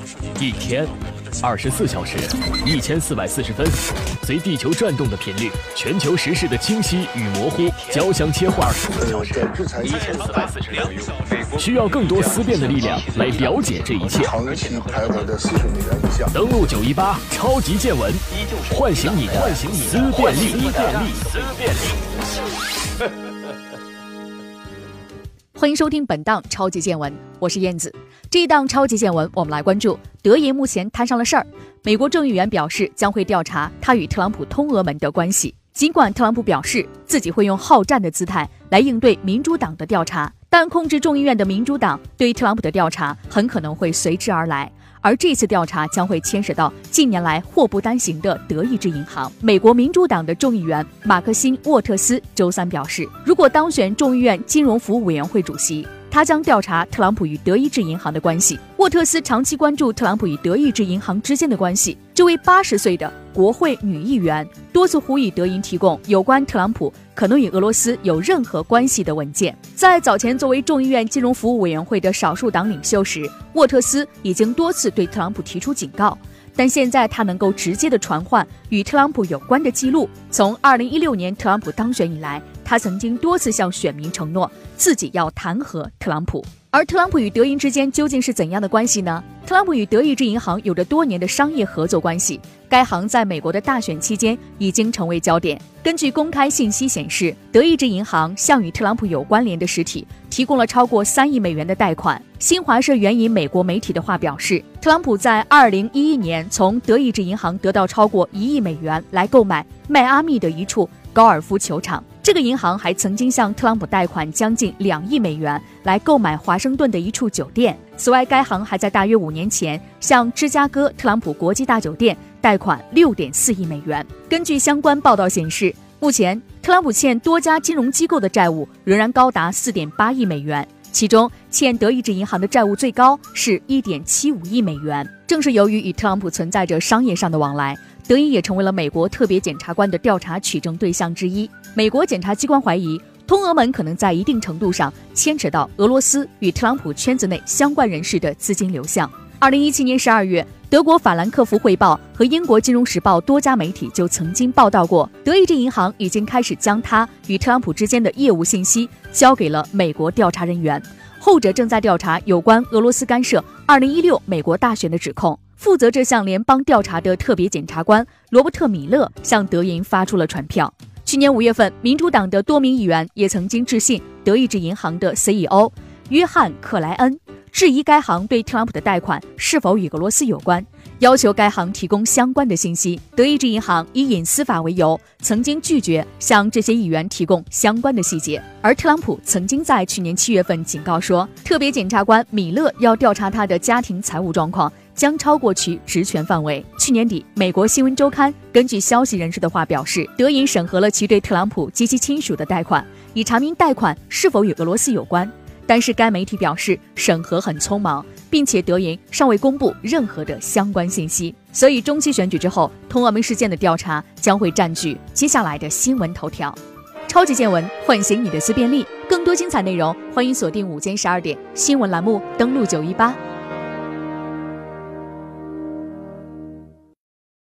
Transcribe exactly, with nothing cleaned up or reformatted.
一天，二十四小时，一千四百四十分，随地球转动的频率，全球时事的清晰与模糊交相切换。一千四百四十分，需要更多思辨的力量来了解这一切。登录九一八超级见闻，唤醒你的思辨力。思辨力。 欢迎收听本档超级见闻，我是燕子。这一档超级见闻，我们来关注德银目前摊上了事儿。美国众议员表示将会调查他与特朗普通俄门的关系。尽管特朗普表示自己会用好战的姿态来应对民主党的调查，但控制众议院的民主党对特朗普的调查很可能会随之而来。而这次调查将会牵涉到近年来祸不单行的德意志银行。美国民主党的众议员马克辛·沃特斯周三表示，如果当选众议院金融服务委员会主席，他将调查特朗普与德意志银行的关系。沃特斯长期关注特朗普与德意志银行之间的关系。这位八十岁的国会女议员多次呼吁德银提供有关特朗普可能与俄罗斯有任何关系的文件。在早前作为众议院金融服务委员会的少数党领袖时，沃特斯已经多次对特朗普提出警告，但现在他能够直接的传唤与特朗普有关的记录。从二零一六年特朗普当选以来，他曾经多次向选民承诺自己要弹劾特朗普。而特朗普与德银之间究竟是怎样的关系呢？特朗普与德意志银行有着多年的商业合作关系，该行在美国的大选期间已经成为焦点。根据公开信息显示，德意志银行向与特朗普有关联的实体提供了超过三亿美元的贷款。新华社援引美国媒体的话表示，特朗普在二零一一年从德意志银行得到超过一亿美元来购买迈阿密的一处高尔夫球场。这个银行还曾经向特朗普贷款将近两亿美元来购买华盛顿的一处酒店。此外，该行还在大约五年前向芝加哥特朗普国际大酒店贷款 六点四亿美元。根据相关报道显示，目前特朗普欠多家金融机构的债务仍然高达 四点八亿美元，其中欠德意志银行的债务最高是 一点七五亿美元。正是由于与特朗普存在着商业上的往来，德银也成为了美国特别检察官的调查取证对象之一。美国检察机关怀疑，通俄门可能在一定程度上牵扯到俄罗斯与特朗普圈子内相关人士的资金流向。二零一七年十二月，德国法兰克福汇报和英国金融时报多家媒体就曾经报道过，德意志银行已经开始将他与特朗普之间的业务信息交给了美国调查人员，后者正在调查有关俄罗斯干涉二零一六美国大选的指控。负责这项联邦调查的特别检察官罗伯特·米勒向德银发出了传票。去年五月份，民主党的多名议员也曾经致信德意志银行的 C E O 约翰·克莱恩，质疑该行对特朗普的贷款是否与俄罗斯有关，要求该行提供相关的信息。德意志银行以隐私法为由，曾经拒绝向这些议员提供相关的细节。而特朗普曾经在去年七月份警告说，特别检察官米勒要调查他的家庭财务状况将超过其职权范围。去年底，美国新闻周刊根据消息人士的话表示，德银审核了其对特朗普及其亲属的贷款，以查明贷款是否与俄罗斯有关。但是该媒体表示，审核很匆忙，并且德银尚未公布任何的相关信息。所以中期选举之后，通俄门事件的调查将会占据接下来的新闻头条。超级见闻，唤醒你的思辨力。更多精彩内容，欢迎锁定午间十二点新闻栏目，登录九一八。